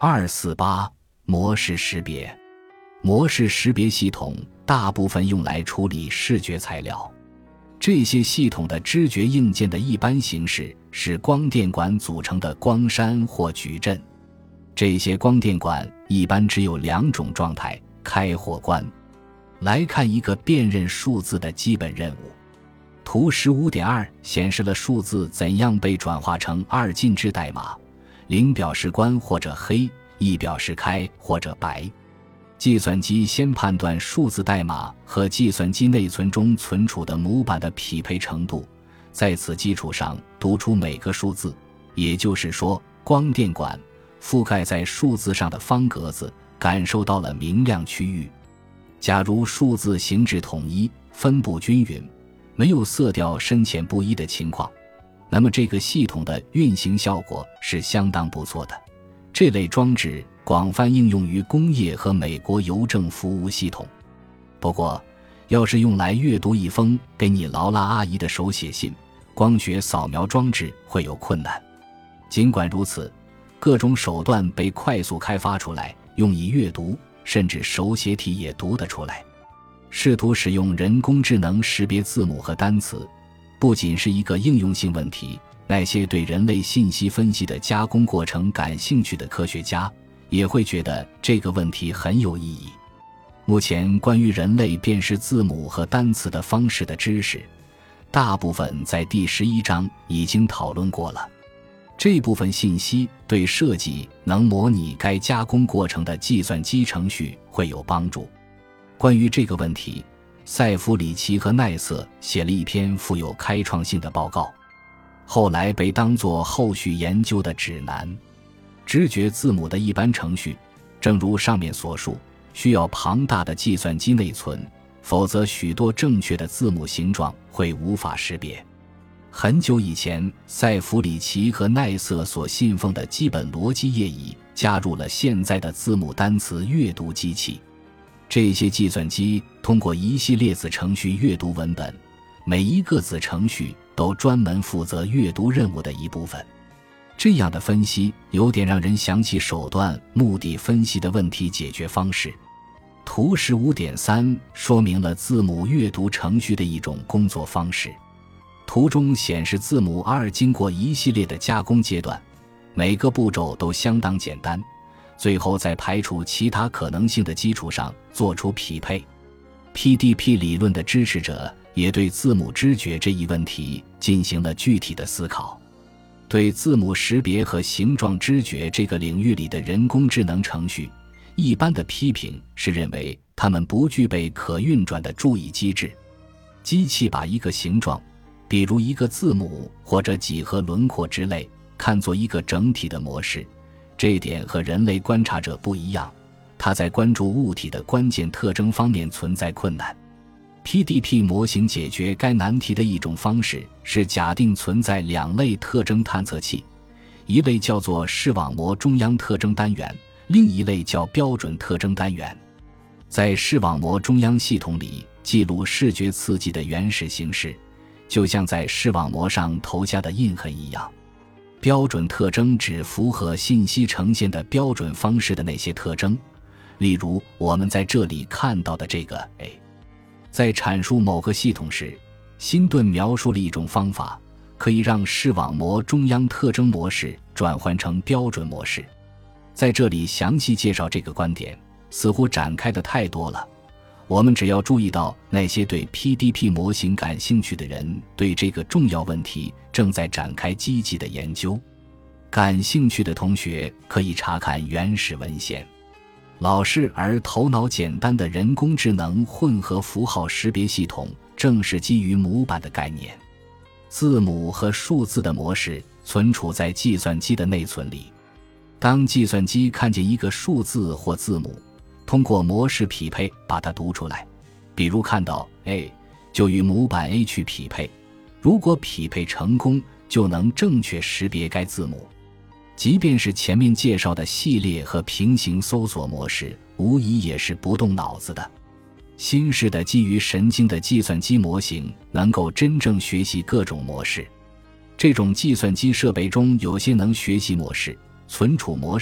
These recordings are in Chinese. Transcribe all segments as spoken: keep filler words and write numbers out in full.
二四八模式识别。模式识别系统大部分用来处理视觉材料，这些系统的知觉硬件的一般形式是光电管组成的光栅或矩阵。这些光电管一般只有两种状态，开或关。来看一个辨认数字的基本任务。图 十五点二 显示了数字怎样被转化成二进制代码，零表示关或者黑，一表示开或者白。计算机先判断数字代码和计算机内存中存储的模板的匹配程度，在此基础上读出每个数字，也就是说，光电管覆盖在数字上的方格子感受到了明亮区域。假如数字形制统一，分布均匀，没有色调深浅不一的情况，那么这个系统的运行效果是相当不错的。这类装置广泛应用于工业和美国邮政服务系统。不过，要是用来阅读一封给你劳拉阿姨的手写信，光学扫描装置会有困难。尽管如此，各种手段被快速开发出来，用以阅读，甚至手写体也读得出来。试图使用人工智能识别字母和单词，不仅是一个应用性问题，那些对人类信息分析的加工过程感兴趣的科学家也会觉得这个问题很有意义。目前关于人类辨识字母和单词的方式的知识，大部分在第十一章已经讨论过了。这部分信息对设计能模拟该加工过程的计算机程序会有帮助。关于这个问题，塞弗里奇和奈瑟写了一篇富有开创性的报告，后来被当作后续研究的指南。知觉字母的一般程序，正如上面所述，需要庞大的计算机内存，否则许多正确的字母形状会无法识别。很久以前，塞弗里奇和奈瑟所信奉的基本逻辑业已加入了现在的字母单词阅读机器。这些计算机通过一系列子程序阅读文本，每一个子程序都专门负责阅读任务的一部分。这样的分析有点让人想起手段目的分析的问题解决方式。图 十五点三 说明了字母阅读程序的一种工作方式。图中显示字母 R 经过一系列的加工阶段，每个步骤都相当简单，最后在排除其他可能性的基础上做出匹配。 P D P 理论的支持者也对字母知觉这一问题进行了具体的思考。对字母识别和形状知觉这个领域里的人工智能程序，一般的批评是认为它们不具备可运转的注意机制。机器把一个形状，比如一个字母或者几何轮廓之类，看作一个整体的模式，这一点和人类观察者不一样，它在关注物体的关键特征方面存在困难。P D P 模型解决该难题的一种方式是假定存在两类特征探测器，一类叫做视网膜中央特征单元，另一类叫标准特征单元。在视网膜中央系统里记录视觉刺激的原始形式，就像在视网膜上投下的印痕一样。标准特征指符合信息呈现的标准方式的那些特征，例如我们在这里看到的这个 A。在阐述某个系统时，辛顿描述了一种方法，可以让视网膜中央特征模式转换成标准模式。在这里详细介绍这个观点，似乎展开的太多了。我们只要注意到那些对 P D P 模型感兴趣的人对这个重要问题正在展开积极的研究。感兴趣的同学可以查看原始文献。老式而头脑简单的人工智能混合符号识别系统正是基于模板的概念。字母和数字的模式存储在计算机的内存里。当计算机看见一个数字或字母，通过模式匹配把它读出来，比如看到 A 就与模板 A 去匹配，如果匹配成功，就能正确识别该字母。即便是前面介绍的系列和平行搜索模式，无疑也是不动脑子的。新式的基于神经的计算机模型能够真正学习各种模式。这种计算机设备中有些能学习模式、存储模式，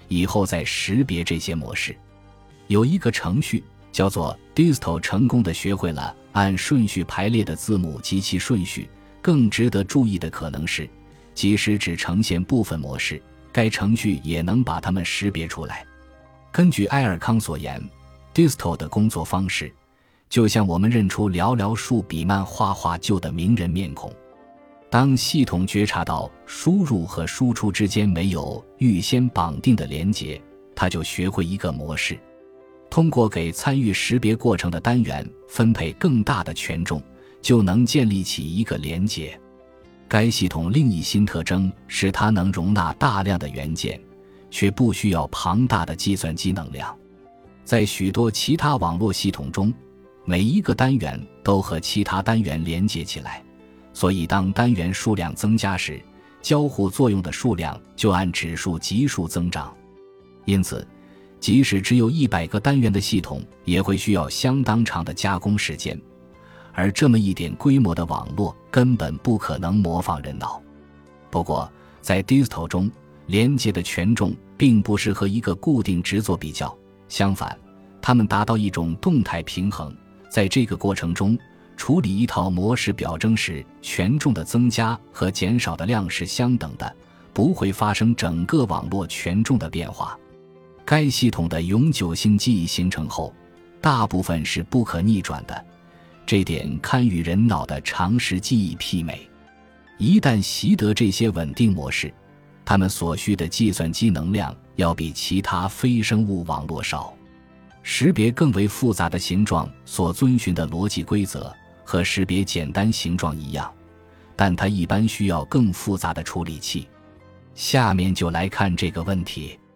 以后再识别这些模式。有一个程序叫做 Distal 成功地学会了按顺序排列的字母及其顺序。更值得注意的可能是，即使只呈现部分模式，该程序也能把它们识别出来。根据埃尔康所言， Distal 的工作方式就像我们认出寥寥数笔漫画画旧的名人面孔。当系统觉察到输入和输出之间没有预先绑定的连结，它就学会一个模式，通过给参与识别过程的单元分配更大的权重，就能建立起一个连结。该系统另一新特征是它能容纳大量的元件，却不需要庞大的计算机能量。在许多其他网络系统中，每一个单元都和其他单元连接起来，所以当单元数量增加时，交互作用的数量就按指数级数增长。因此，即使只有一百个单元的系统，也会需要相当长的加工时间。而这么一点规模的网络根本不可能模仿人脑。不过，在 Distal 中，连接的权重并不是和一个固定值做比较，相反，它们达到一种动态平衡。在这个过程中，处理一套模式表征时，权重的增加和减少的量是相等的，不会发生整个网络权重的变化。该系统的永久性记忆形成后，大部分是不可逆转的，这点堪与人脑的长时记忆媲美。一旦习得这些稳定模式，它们所需的计算机能量要比其他非生物网络少。识别更为复杂的形状所遵循的逻辑规则和识别简单形状一样，但它一般需要更复杂的处理器。下面就来看这个问题。